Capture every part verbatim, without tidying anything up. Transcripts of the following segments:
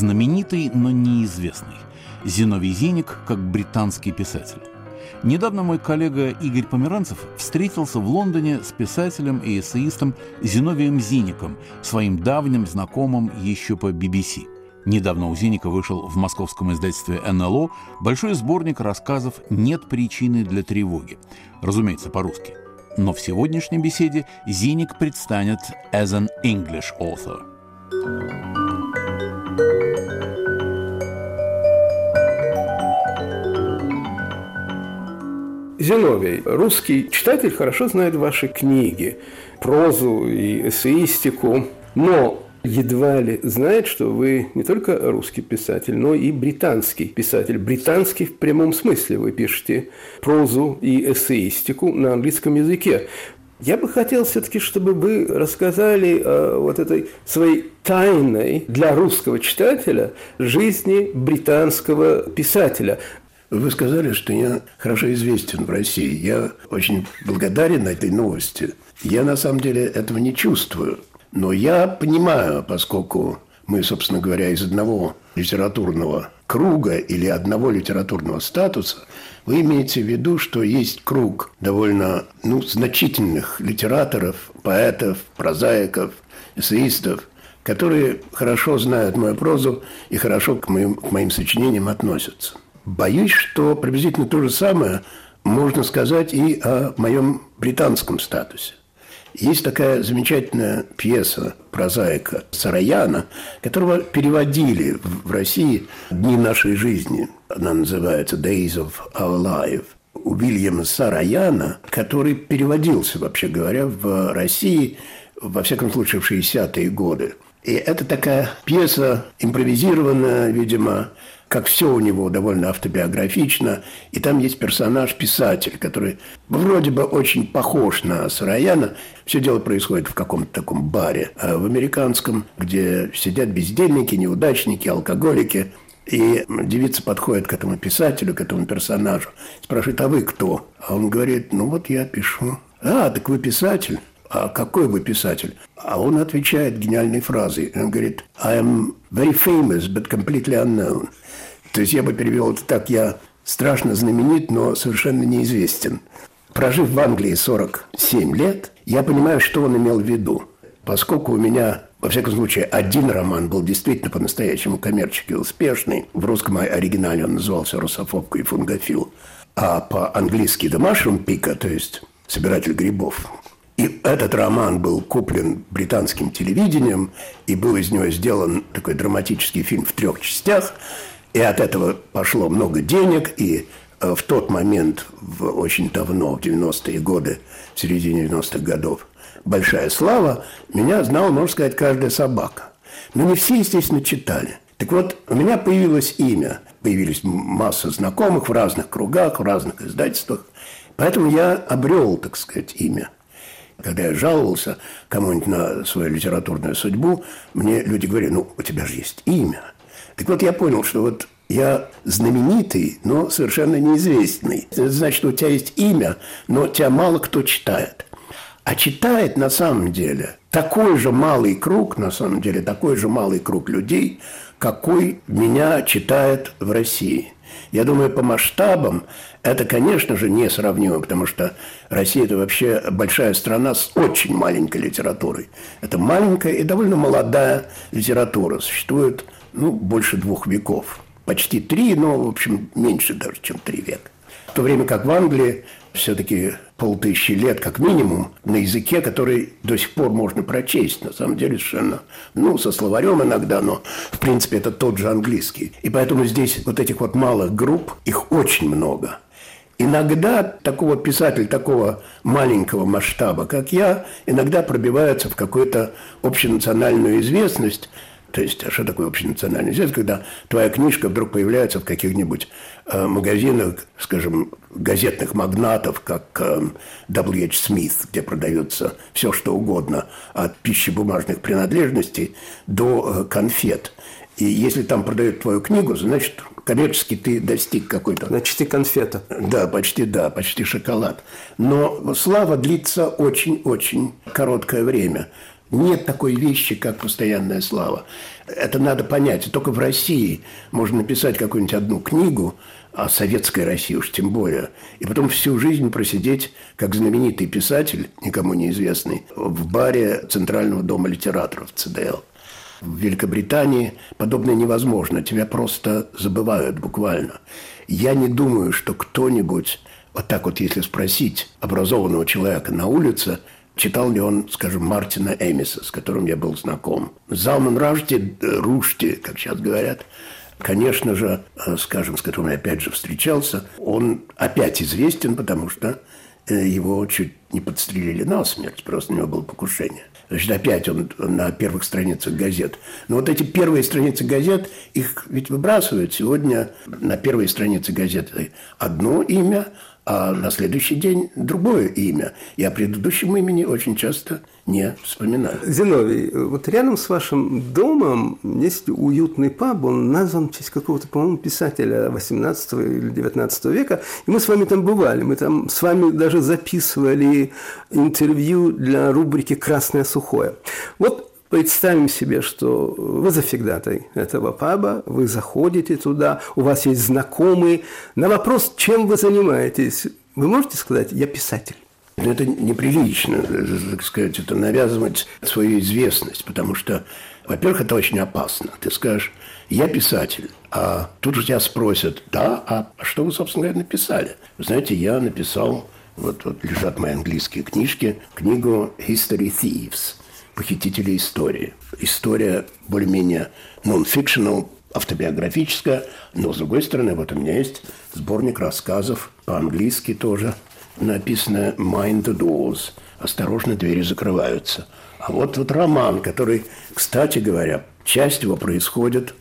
знаменитый, но неизвестный. Зиновий Зиник как британский писатель. Недавно мой коллега Игорь Померанцев встретился в Лондоне с писателем и эссеистом Зиновием Зиником, своим давним знакомым еще по би би си. Недавно у Зиника вышел в московском издательстве эн эл о большой сборник рассказов «Нет причины для тревоги». Разумеется, по-русски. Но в сегодняшней беседе Зиник предстанет as an English author. Зиновий, русский читатель хорошо знает ваши книги, прозу и эссеистику, но едва ли знает, что вы не только русский писатель, но и британский писатель. Британский в прямом смысле. Вы пишете прозу и эссеистику на английском языке. Я бы хотел все-таки, чтобы вы рассказали о вот этой своей тайной для русского читателя жизни британского писателя. Вы сказали, что я хорошо известен в России. Я очень благодарен этой новости. Я на самом деле этого не чувствую. Но я понимаю, поскольку мы, собственно говоря, из одного литературного круга или одного литературного статуса, вы имеете в виду, что есть круг довольно ну, значительных литераторов, поэтов, прозаиков, эссеистов, которые хорошо знают мою прозу и хорошо к моим, к моим сочинениям относятся. Боюсь, что приблизительно то же самое можно сказать и о моем британском статусе. Есть такая замечательная пьеса прозаика Сараяна, которого переводили в России «Дни нашей жизни». Она называется «Days of Our Life». У Уильяма Сараяна, который переводился, вообще говоря, в России, во всяком случае, в шестидесятые годы. И это такая пьеса импровизированная, видимо, как все у него довольно автобиографично. И там есть персонаж-писатель, который вроде бы очень похож на Сараяна. Все дело происходит в каком-то таком баре в американском, где сидят бездельники, неудачники, алкоголики. И девица подходит к этому писателю, к этому персонажу, спрашивает: а вы кто? А он говорит: ну вот я пишу. А, так вы писатель? А какой вы писатель? А он отвечает гениальной фразой. Он говорит: I am very famous, but completely unknown. То есть я бы перевел это так: я страшно знаменит, но совершенно неизвестен. Прожив в Англии сорок семь лет, я понимаю, что он имел в виду. Поскольку у меня, во всяком случае, один роман был действительно по-настоящему коммерчески успешный, в русском оригинале он назывался «Русофобка и фунгофил», а по-английски «The Mushroom Picker», то есть «Собиратель грибов». И этот роман был куплен британским телевидением, и был из него сделан такой драматический фильм в трех частях, и от этого пошло много денег, и в тот момент, в очень давно, в девяностые годы, в середине девяностых годов, большая слава, меня знала, можно сказать, каждая собака. Но не все, естественно, читали. Так вот, у меня появилось имя, появились масса знакомых в разных кругах, в разных издательствах, поэтому я обрел, так сказать, имя. Когда я жаловался кому-нибудь на свою литературную судьбу, мне люди говорили: ну, у тебя же есть имя. Так вот, я понял, что вот я знаменитый, но совершенно неизвестный. Это значит, что у тебя есть имя, но тебя мало кто читает. А читает на самом деле такой же малый круг, на самом деле такой же малый круг людей, какой меня читает в России. Я думаю, по масштабам это, конечно же, несравнимо, потому что Россия – это вообще большая страна с очень маленькой литературой. Это маленькая и довольно молодая литература. Существует, ну, больше двух веков. Почти три, но, в общем, меньше даже, чем три века. В то время как в Англии все-таки полтысячи лет, как минимум, на языке, который до сих пор можно прочесть. На самом деле совершенно, ну, со словарем иногда, но, в принципе, это тот же английский. И поэтому здесь вот этих вот малых групп, их очень много. Иногда такого писателя, такого маленького масштаба, как я, иногда пробивается в какую-то общенациональную известность. То есть, а что такое общенациональная известность, когда твоя книжка вдруг появляется в каких-нибудь э, магазинах, скажем, газетных магнатов, как э, дабл ю эйч Smith, где продается все, что угодно, от пищебумажных принадлежностей до э, конфет. И если там продают твою книгу, значит, коммерчески ты достиг какой-то... Почти конфета. Да, почти, да, почти шоколад. Но слава длится очень-очень короткое время. Нет такой вещи, как постоянная слава. Это надо понять. И только в России можно написать какую-нибудь одну книгу, о советской России уж тем более, и потом всю жизнь просидеть, как знаменитый писатель, никому неизвестный, в баре Центрального дома литераторов ЦДЛ. В Великобритании подобное невозможно. Тебя просто забывают буквально. Я не думаю, что кто-нибудь, вот так вот если спросить образованного человека на улице, читал ли он, скажем, Мартина Эмиса, с которым я был знаком. Залман Рашди, Рушди, как сейчас говорят, конечно же, скажем, с которым я опять же встречался, он опять известен, потому что его чуть не подстрелили насмерть, просто у него было покушение. Значит, опять он на первых страницах газет. Но вот эти первые страницы газет, их ведь выбрасывают. Сегодня на первые страницы газет одно имя, а на следующий день другое имя. И о предыдущем имени очень часто не вспоминаю. Зиновий, вот рядом с вашим домом есть уютный паб, он назван в честь какого-то, по-моему, писателя восемнадцатого или девятнадцатого века, и мы с вами там бывали, мы там с вами даже записывали интервью для рубрики «Красное сухое». Вот представим себе, что вы завсегдатай этого паба, вы заходите туда, у вас есть знакомые. На вопрос, чем вы занимаетесь, вы можете сказать: я писатель? Это неприлично, так сказать, это навязывать свою известность, потому что, во-первых, это очень опасно. Ты скажешь: я писатель, а тут же тебя спросят: да, а что вы, собственно говоря, написали? Вы знаете, я написал, вот, вот лежат мои английские книжки, книгу «History Thieves», «Похитители истории». История более-менее non-fictional, автобиографическая, но, с другой стороны, вот у меня есть сборник рассказов, по-английски тоже, написано «Mind the Doors», «Осторожно, двери закрываются». А вот, вот роман, который, кстати говоря, часть его происходит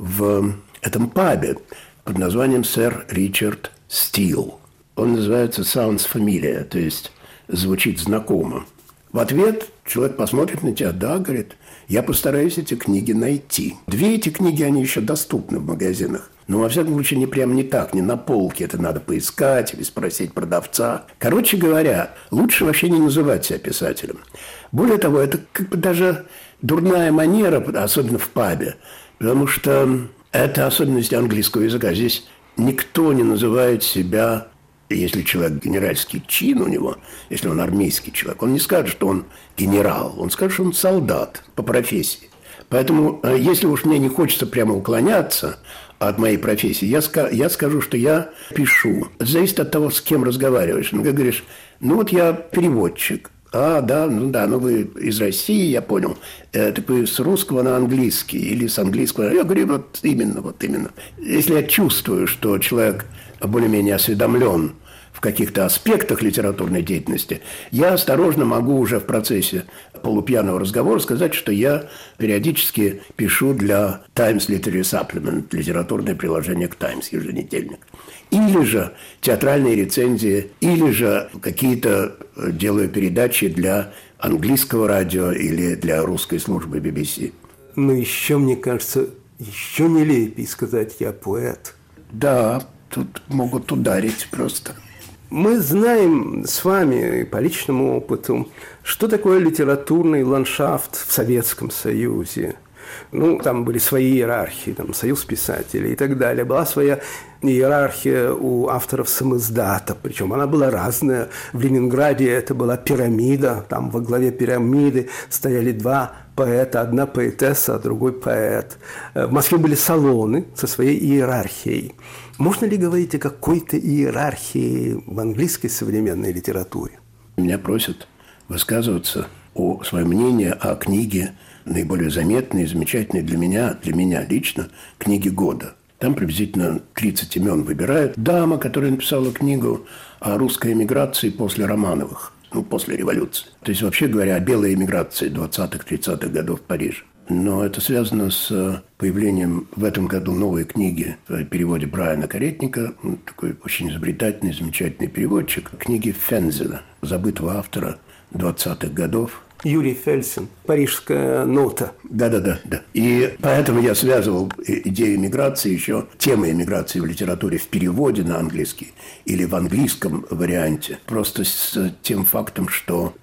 в этом пабе под названием «Сэр Ричард Стил». Он называется «Sounds Familiar», то есть звучит знакомо. В ответ человек посмотрит на тебя: да, говорит, я постараюсь эти книги найти. Две эти книги, они еще доступны в магазинах. Но, во всяком случае, не прям не так, не на полке. Это надо поискать или спросить продавца. Короче говоря, лучше вообще не называть себя писателем. Более того, это как бы даже дурная манера, особенно в пабе. Потому что это особенность английского языка. Здесь никто не называет себя... Если человек генеральский чин у него, если он армейский человек, он не скажет, что он генерал, он скажет, что он солдат по профессии. Поэтому, если уж мне не хочется прямо уклоняться от моей профессии, я, ска- я скажу, что я пишу. Зависит от того, с кем разговариваешь. Ну, как говоришь, ну вот я переводчик. А, да, ну да, ну вы из России, я понял. Э, так вы с русского на английский или с английского. Я говорю, вот именно, вот именно. Если я чувствую, что человек более-менее осведомлен в каких-то аспектах литературной деятельности, я осторожно могу уже в процессе полупьяного разговора сказать, что я периодически пишу для Times Literary Supplement, литературное приложение к Times, еженедельник. Или же театральные рецензии, или же какие-то делаю передачи для английского радио или для русской службы би би си. Но еще, мне кажется, еще нелепее сказать: я поэт. Да, тут могут ударить просто. Мы знаем с вами по личному опыту, что такое литературный ландшафт в Советском Союзе. Ну, там были свои иерархии, там, Союз писателей и так далее. Была своя иерархия у авторов самиздата, причем она была разная. В Ленинграде это была пирамида, там во главе пирамиды стояли два поэта, одна поэтесса, а другой поэт. В Москве были салоны со своей иерархией. Можно ли говорить о какой-то иерархии в английской современной литературе? Меня просят высказываться о своем мнении о книге, наиболее заметной и замечательной для меня, для меня лично, книги года. Там приблизительно тридцать имен выбирают. Дама, которая написала книгу о русской эмиграции после Романовых, ну, после революции. То есть, вообще говоря, о белой эмиграции двадцатых-тридцатых годов в Париже. Но это связано с появлением в этом году новой книги в переводе Брайана Каретника, такой очень изобретательный, замечательный переводчик, книги Фензеля, забытого автора двадцатых годов. Юрий Фельсин, «Парижская нота». Да-да-да. да. И поэтому я связывал идею эмиграции еще, темы эмиграции в литературе в переводе на английский или в английском варианте, просто с тем фактом, что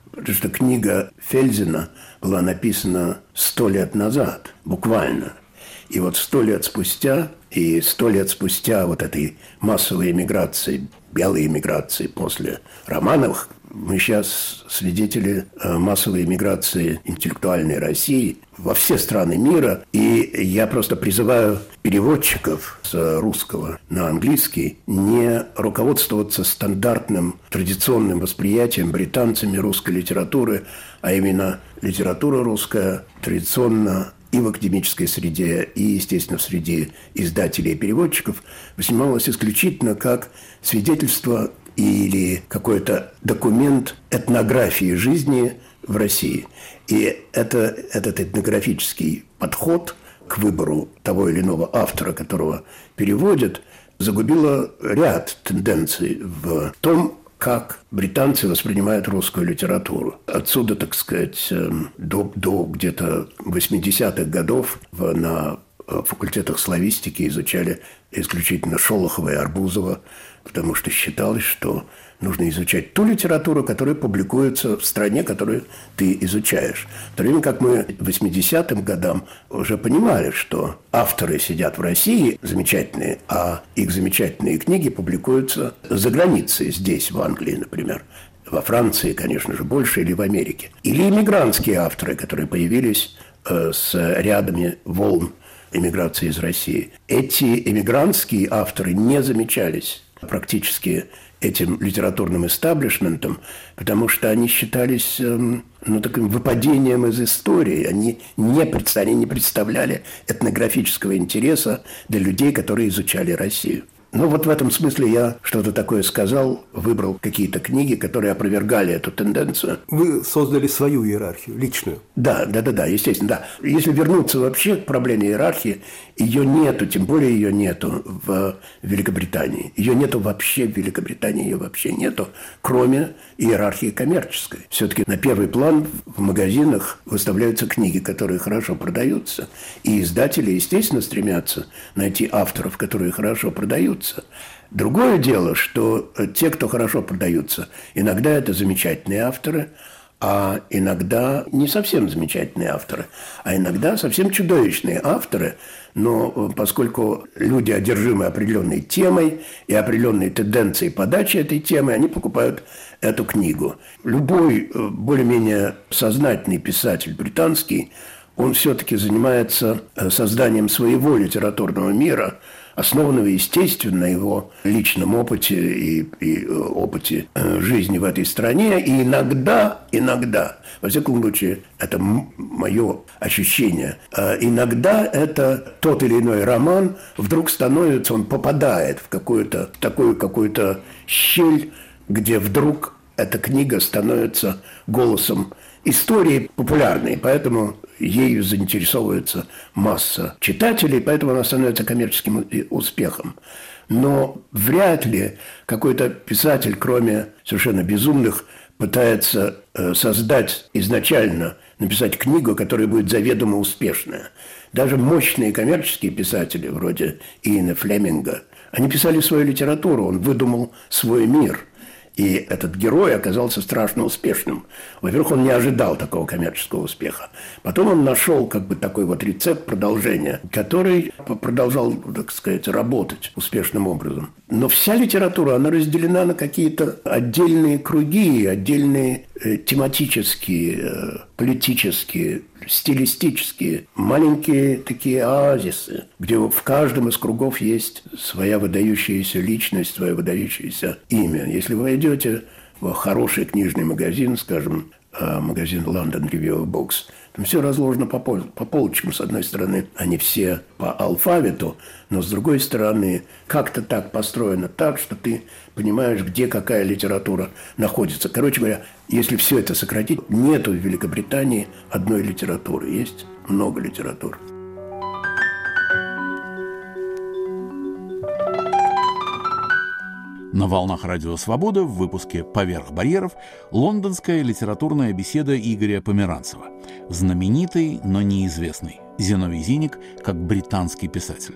Потому что книга Фельзина была написана сто лет назад, буквально. И вот сто лет спустя, и сто лет спустя вот этой массовой эмиграции, белой эмиграции после Романовых, мы сейчас свидетели массовой эмиграции интеллектуальной России во все страны мира. И я просто призываю переводчиков с русского на английский не руководствоваться стандартным традиционным восприятием британцами русской литературы, а именно литература русская традиционно и в академической среде, и, естественно, в среде издателей и переводчиков воспринималась исключительно как свидетельство или какой-то документ этнографии жизни в России. И это, этот этнографический подход к выбору того или иного автора, которого переводят, загубило ряд тенденций в том, как британцы воспринимают русскую литературу. Отсюда, так сказать, до, до где-то восьмидесятых годов на факультетах славистики изучали исключительно Шолохова и Арбузова, потому что считалось, что нужно изучать ту литературу, которая публикуется в стране, которую ты изучаешь. В то время как мы к восьмидесятым годам уже понимали, что авторы сидят в России замечательные, а их замечательные книги публикуются за границей, здесь, в Англии, например. Во Франции, конечно же, больше, или в Америке. Или иммигрантские авторы, которые появились э, с рядами волн эмиграции из России. Эти эмигрантские авторы не замечались практически этим литературным эстаблишментом, потому что они считались ну, таким выпадением из истории. Они не, представляли, не представляли этнографического интереса для людей, которые изучали Россию. Ну, вот в этом смысле я что-то такое сказал, выбрал какие-то книги, которые опровергали эту тенденцию. Вы создали свою иерархию, личную. Да, да, да, да, естественно, да. Если вернуться вообще к проблеме иерархии, ее нету, тем более ее нету в Великобритании. Ее нету вообще в Великобритании, ее вообще нету, кроме иерархии коммерческой. Все-таки на первый план в магазинах выставляются книги, которые хорошо продаются. И издатели, естественно, стремятся найти авторов, которые хорошо продаются. Другое дело, что те, кто хорошо продаются, иногда это замечательные авторы, а иногда не совсем замечательные авторы, а иногда совсем чудовищные авторы. Но поскольку люди одержимы определенной темой и определенной тенденцией подачи этой темы, они покупают эту книгу. Любой более-менее сознательный писатель британский, он все-таки занимается созданием своего литературного мира, основанного, естественно, на его личном опыте и, и опыте жизни в этой стране. И иногда, иногда, во всяком случае, это мое ощущение, иногда это тот или иной роман вдруг становится, он попадает в какую-то такую какую-то щель, где вдруг эта книга становится голосом истории популярной, поэтому ею заинтересовывается масса читателей, поэтому она становится коммерческим успехом. Но вряд ли какой-то писатель, кроме совершенно безумных, пытается создать изначально, написать книгу, которая будет заведомо успешная. Даже мощные коммерческие писатели, вроде Иэна Флеминга, они писали свою литературу, он выдумал свой мир. И этот герой оказался страшно успешным. Во-первых, он не ожидал такого коммерческого успеха. Потом он нашел как бы такой вот рецепт продолжения, который продолжал, так сказать, работать успешным образом. Но вся литература, она разделена на какие-то отдельные круги, отдельные э, тематические, э, политические, стилистические, маленькие такие оазисы, где в каждом из кругов есть своя выдающаяся личность, свое выдающееся имя. Если вы войдете в хороший книжный магазин, скажем, магазин London Review of Books, там все разложено по, пол, по полочкам. С одной стороны, они все по алфавиту, но с другой стороны, как-то так построено так, что ты понимаешь, где какая литература находится. Короче говоря, если все это сократить, нету в Великобритании одной литературы, есть много литератур. На волнах Радио Свобода в выпуске «Поверх барьеров» лондонская литературная беседа Игоря Померанцева. Знаменитый, но неизвестный Зиновий Зиник как британский писатель.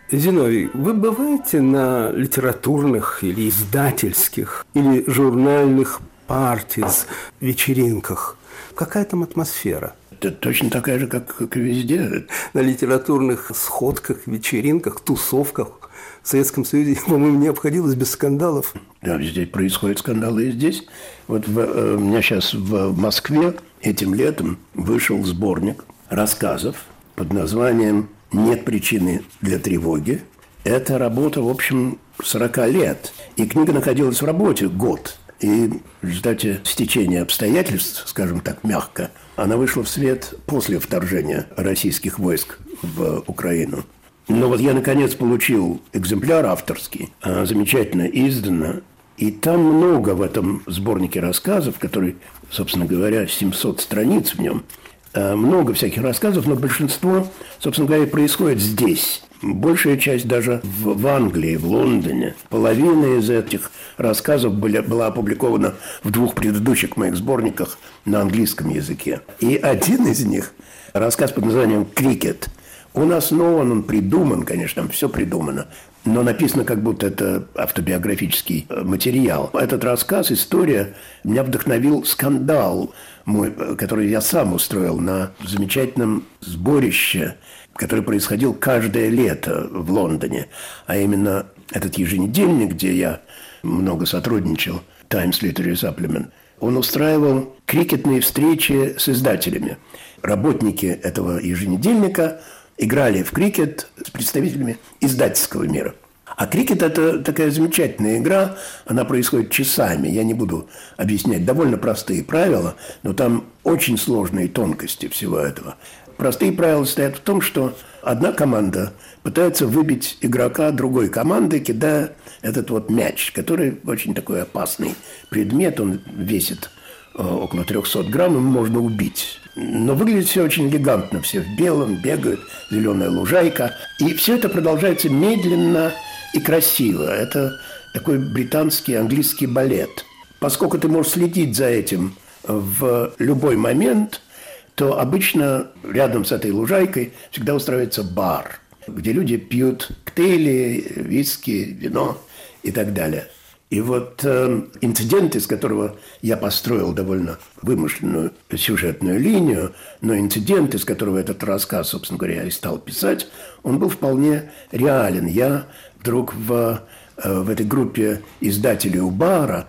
Зиновий, вы бываете на литературных или издательских, или журнальных партиз, вечеринках? Какая там атмосфера? Это точно такая же, как, как и везде. На литературных сходках, вечеринках, тусовках в Советском Союзе, по-моему, не обходилось без скандалов. Да, везде происходят скандалы и здесь. Вот в, э, у меня сейчас в Москве этим летом вышел сборник рассказов под названием «Нет причины для тревоги». Это работа, в общем, сорок лет. И книга находилась в работе год. И в результате стечения обстоятельств, скажем так, мягко, она вышла в свет после вторжения российских войск в Украину. Но вот я, наконец, получил экземпляр авторский, замечательно издано. И там много в этом сборнике рассказов, который, собственно говоря, семьсот страниц в нем. Много всяких рассказов, но большинство, собственно говоря, происходит здесь. Большая часть даже в, в Англии, в Лондоне. Половина из этих рассказов были, была опубликована в двух предыдущих моих сборниках на английском языке. И один из них, рассказ под названием «Крикет», он основан, он придуман, конечно, там все придумано, но написано, как будто это автобиографический материал. Этот рассказ, история, меня вдохновил скандал, мой, который я сам устроил на замечательном сборище, который происходил каждое лето в Лондоне. А именно этот еженедельник, где я много сотрудничал, Times Literary Supplement, он устраивал крикетные встречи с издателями. Работники этого еженедельника играли в крикет с представителями издательского мира. А крикет – это такая замечательная игра, она происходит часами. Я не буду объяснять довольно простые правила, но там очень сложные тонкости всего этого. Простые правила состоят в том, что одна команда пытается выбить игрока другой команды, кидая этот вот мяч, который очень такой опасный предмет, он весит около триста грамм, им можно убить. Но выглядит все очень элегантно, все в белом, бегают, зеленая лужайка. И все это продолжается медленно и красиво. Это такой британский, английский балет. Поскольку ты можешь следить за этим в любой момент, то обычно рядом с этой лужайкой всегда устраивается бар, где люди пьют коктейли, виски, вино и так далее. И вот э, инцидент, из которого я построил довольно вымышленную сюжетную линию, но инцидент, из которого этот рассказ, собственно говоря, я и стал писать, он был вполне реален. Я вдруг в, э, в этой группе издателей у бара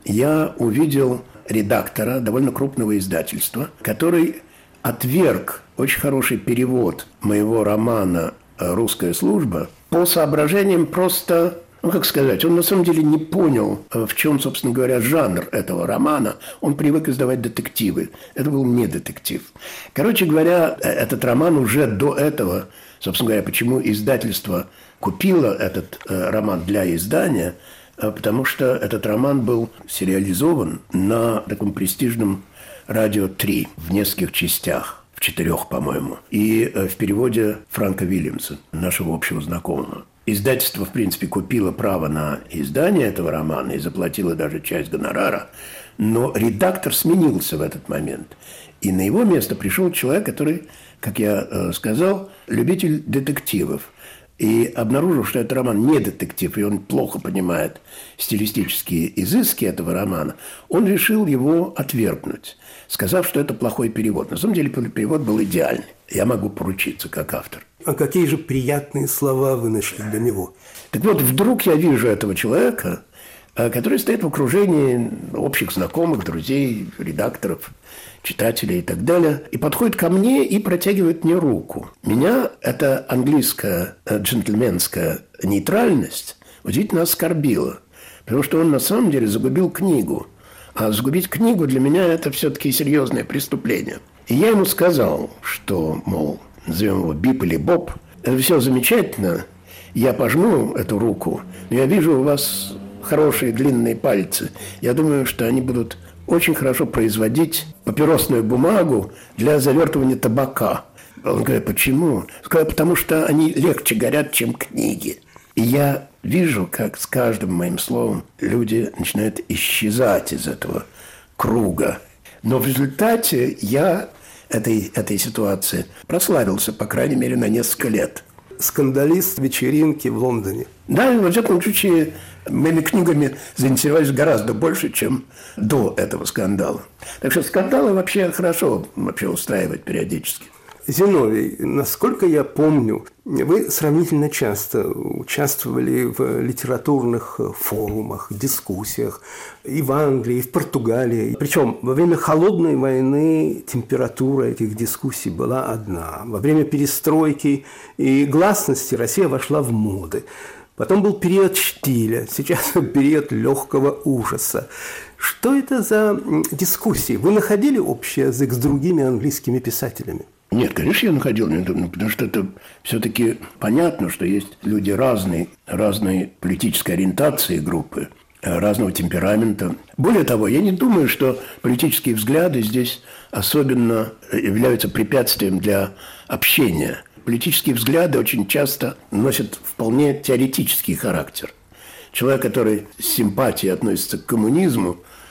я увидел редактора довольно крупного издательства, который отверг очень хороший перевод моего романа «Русская служба» по соображениям просто... Ну, как сказать, он на самом деле не понял, в чем, собственно говоря, жанр этого романа. Он привык издавать детективы. Это был не детектив. Короче говоря, этот роман уже до этого, собственно говоря, почему издательство купило этот э, роман для издания, э, потому что этот роман был сериализован на таком престижном «Радио три» в нескольких частях. В четырех, по-моему. И э, в переводе Франка Вильямса, нашего общего знакомого. Издательство, в принципе, купило право на издание этого романа и заплатило даже часть гонорара, но редактор сменился в этот момент. И на его место пришел человек, который, как я э, сказал, любитель детективов. И обнаружив, что этот роман не детектив, и он плохо понимает стилистические изыски этого романа, он решил его отвергнуть, сказав, что это плохой перевод. На самом деле перевод был идеальный. Я могу поручиться как автор. А какие же приятные слова вы нашли для него? Так вот, вдруг я вижу этого человека, который стоит в окружении общих знакомых, друзей, редакторов, читателей и так далее, и подходит ко мне и протягивает мне руку. Меня эта английская джентльменская нейтральность удивительно оскорбила, потому что он на самом деле загубил книгу. А загубить книгу для меня – это все-таки серьезное преступление. И я ему сказал, что, мол, назовем его Бип или Боб, это все замечательно, я пожму эту руку, но я вижу у вас хорошие длинные пальцы. Я думаю, что они будут очень хорошо производить папиросную бумагу для завертывания табака. Он говорит, почему? Сказал, потому что они легче горят, чем книги. И я вижу, как с каждым моим словом люди начинают исчезать из этого круга. Но в результате я этой, этой ситуации прославился, по крайней мере, на несколько лет. скандалист вечеринки в Лондоне. Да, во всяком случае, моими книгами заинтересовались гораздо больше, чем до этого скандала. Так что скандалы вообще хорошо вообще устраивать периодически. Зиновий, насколько я помню, вы сравнительно часто участвовали в литературных форумах, дискуссиях и в Англии, и в Португалии. Причем во время Холодной войны температура этих дискуссий была одна. Во время перестройки и гласности Россия вошла в моды. Потом был период штиля, сейчас период легкого ужаса. Что это за дискуссии? Вы находили общий язык с другими английскими писателями? Нет, конечно, я находил, потому что это все-таки понятно, что есть люди разной, разной политической ориентации группы, разного темперамента. Более того, я не думаю, что политические взгляды здесь особенно являются препятствием для общения. Политические взгляды очень часто носят вполне теоретический характер. Человек, который с симпатией относится к коммунизму,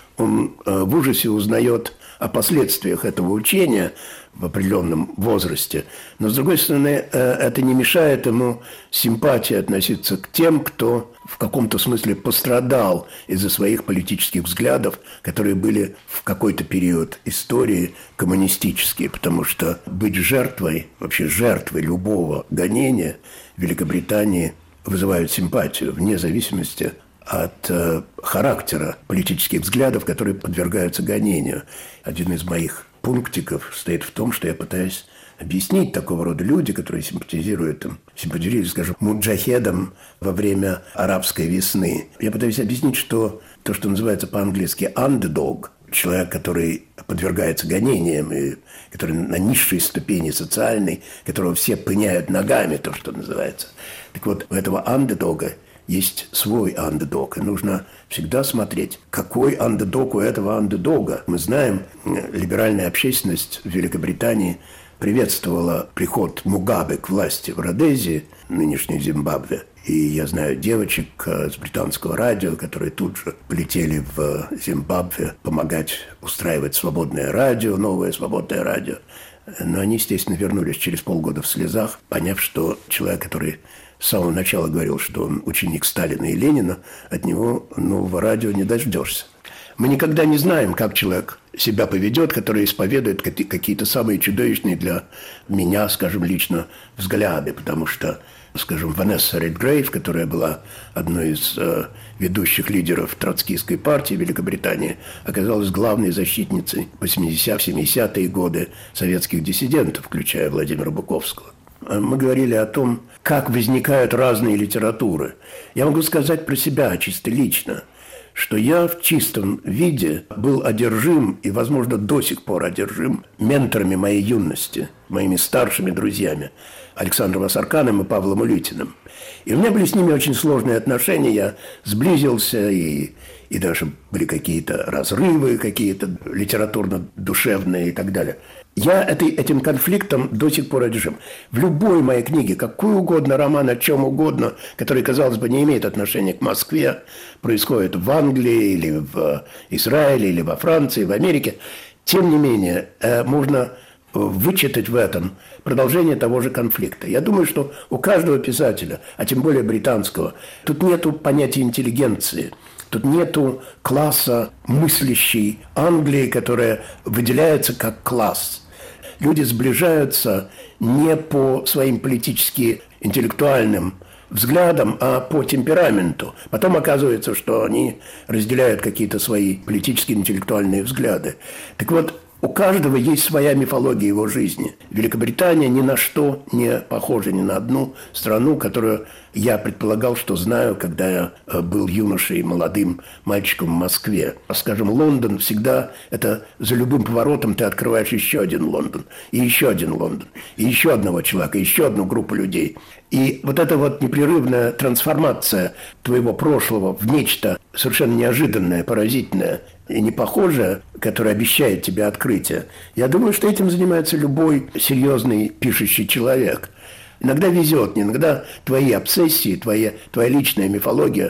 он в ужасе узнает о последствиях этого учения в определенном возрасте. Но, с другой стороны, это не мешает ему симпатией относиться к тем, кто в каком-то смысле пострадал из-за своих политических взглядов, которые были в какой-то период истории коммунистические. Потому что быть жертвой, вообще жертвой любого гонения в Великобритании вызывает симпатию, вне зависимости от э, характера политических взглядов, которые подвергаются гонению. Один из моих пунктиков стоит в том, что я пытаюсь объяснить такого рода люди, которые симпатизируют, там, симпатизируют, скажем, муджахедам во время арабской весны. Я пытаюсь объяснить, что то, что называется по-английски underdog, человек, который подвергается гонениям, и который на низшей ступени социальной, которого все пыняют ногами, то, что называется. Так вот, у этого андердога есть свой андердог, и нужно всегда смотреть, какой андердог у этого андердога. Мы знаем, либеральная общественность в Великобритании приветствовала приход Мугабе к власти в Родезии, нынешней Зимбабве. И я знаю девочек с британского радио, которые тут же полетели в Зимбабве помогать устраивать свободное радио, новое свободное радио. Но они, естественно, вернулись через полгода в слезах, поняв, что человек, который с самого начала говорил, что он ученик Сталина и Ленина, от него нового радио не дождешься. Мы никогда не знаем, как человек себя поведет, который исповедует какие-то самые чудовищные для меня, скажем, лично взгляды, потому что, скажем, Ванесса Редгрейв, которая была одной из э, ведущих лидеров троцкистской партии Великобритании, оказалась главной защитницей по семидесятые годы советских диссидентов, включая Владимира Буковского. Мы говорили о том, как возникают разные литературы. Я могу сказать про себя чисто лично, что я в чистом виде был одержим и, возможно, до сих пор одержим менторами моей юности, моими старшими друзьями Александром Асарканом и Павлом Улитиным. И у меня были с ними очень сложные отношения, я сблизился, и, и даже были какие-то разрывы, какие-то литературно-душевные и так далее. Я этой, этим конфликтом до сих пор одержим. В любой моей книге, какой угодно роман, о чем угодно, который, казалось бы, не имеет отношения к Москве, происходит в Англии или в Израиле, или во Франции, в Америке, тем не менее, можно вычитать в этом продолжение того же конфликта. Я думаю, что у каждого писателя, а тем более британского, тут нету понятия интеллигенции. Тут нету класса мыслящей Англии, которая выделяется как класс. Люди сближаются не по своим политически интеллектуальным взглядам, а по темпераменту. Потом оказывается, что они разделяют какие-то свои политические интеллектуальные взгляды. Так вот, у каждого есть своя мифология его жизни. Великобритания ни на что не похожа, ни на одну страну, которую я предполагал, что знаю, когда я был юношей, молодым мальчиком в Москве. Скажем, Лондон всегда, это за любым поворотом ты открываешь еще один Лондон, и еще один Лондон, и еще одного человека, и еще одну группу людей. И вот эта вот непрерывная трансформация твоего прошлого в нечто совершенно неожиданное, поразительное и непохожее, которое обещает тебе открытие, я думаю, что этим занимается любой серьезный пишущий человек. Иногда везет, иногда твои обсессии, твоя, твоя личная мифология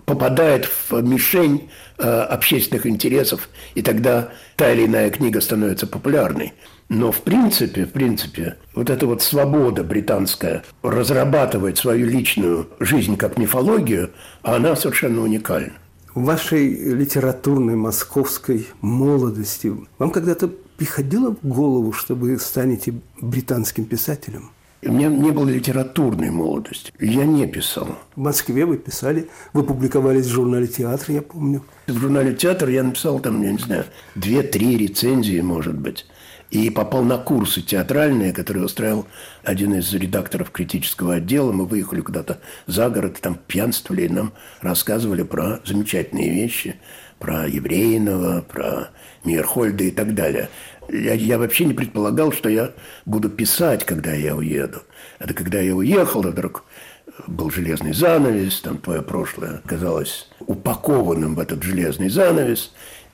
попадает в мишень э, общественных интересов, и тогда та или иная книга становится популярной. Но в принципе, в принципе, вот эта вот свобода британская разрабатывать свою личную жизнь как мифологию, она совершенно уникальна. В вашей литературной московской молодости вам когда-то приходило в голову, что вы станете британским писателем? У меня не было литературной молодости. Я не писал. В Москве вы писали, вы публиковались в журнале «Театр», я помню. В журнале «Театр» я написал там, я не знаю, две-три рецензии, может быть. И попал на курсы театральные, которые устраивал один из редакторов критического отдела. Мы выехали куда-то за город, там пьянствовали, и нам рассказывали про замечательные вещи, про Еврейного, про Мейерхольда и так далее. Я, я вообще не предполагал, что я буду писать, когда я уеду. Это когда я уехал, вдруг был железный занавес, там твое прошлое оказалось упакованным в этот железный занавес,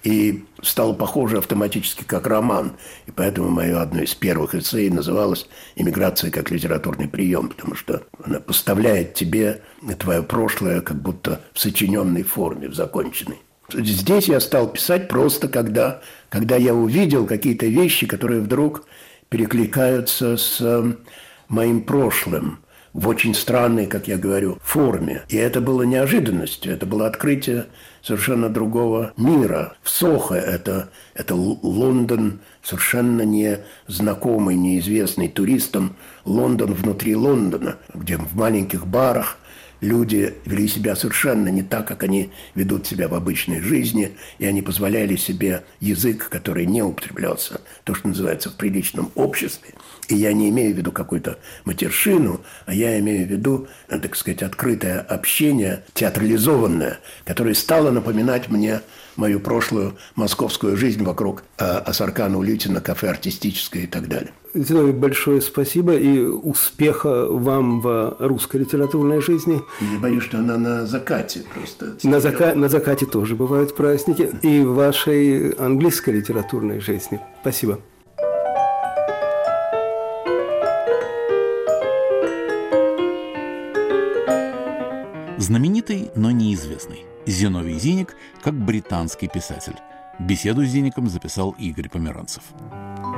и стало похоже автоматически как роман. И поэтому мое одно из первых эссе называлось «Эмиграция как литературный прием», потому что она поставляет тебе твое прошлое как будто в сочиненной форме, в законченной. Здесь я стал писать просто, когда, когда я увидел какие-то вещи, которые вдруг перекликаются с моим прошлым в очень странной, как я говорю, форме. И это было неожиданностью, это было открытие совершенно другого мира. В Сохо это, это Лондон, совершенно незнакомый, неизвестный туристам, Лондон внутри Лондона, где в маленьких барах люди вели себя совершенно не так, как они ведут себя в обычной жизни, и они позволяли себе язык, который не употреблялся, то, что называется в приличном обществе. И я не имею в виду какую-то матершину, а я имею в виду, так сказать, открытое общение, театрализованное, которое стало напоминать мне мою прошлую московскую жизнь вокруг Асаркана Улютина, кафе артистическое и так далее. Зиновий, большое спасибо и успеха вам в русской литературной жизни. Я боюсь, что она на закате просто. На, зака... на закате тоже бывают праздники. И в вашей английской литературной жизни. Спасибо. Знаменитый, но неизвестный. Зиновий Зиник как британский писатель. Беседу с Зиником записал Игорь Померанцев.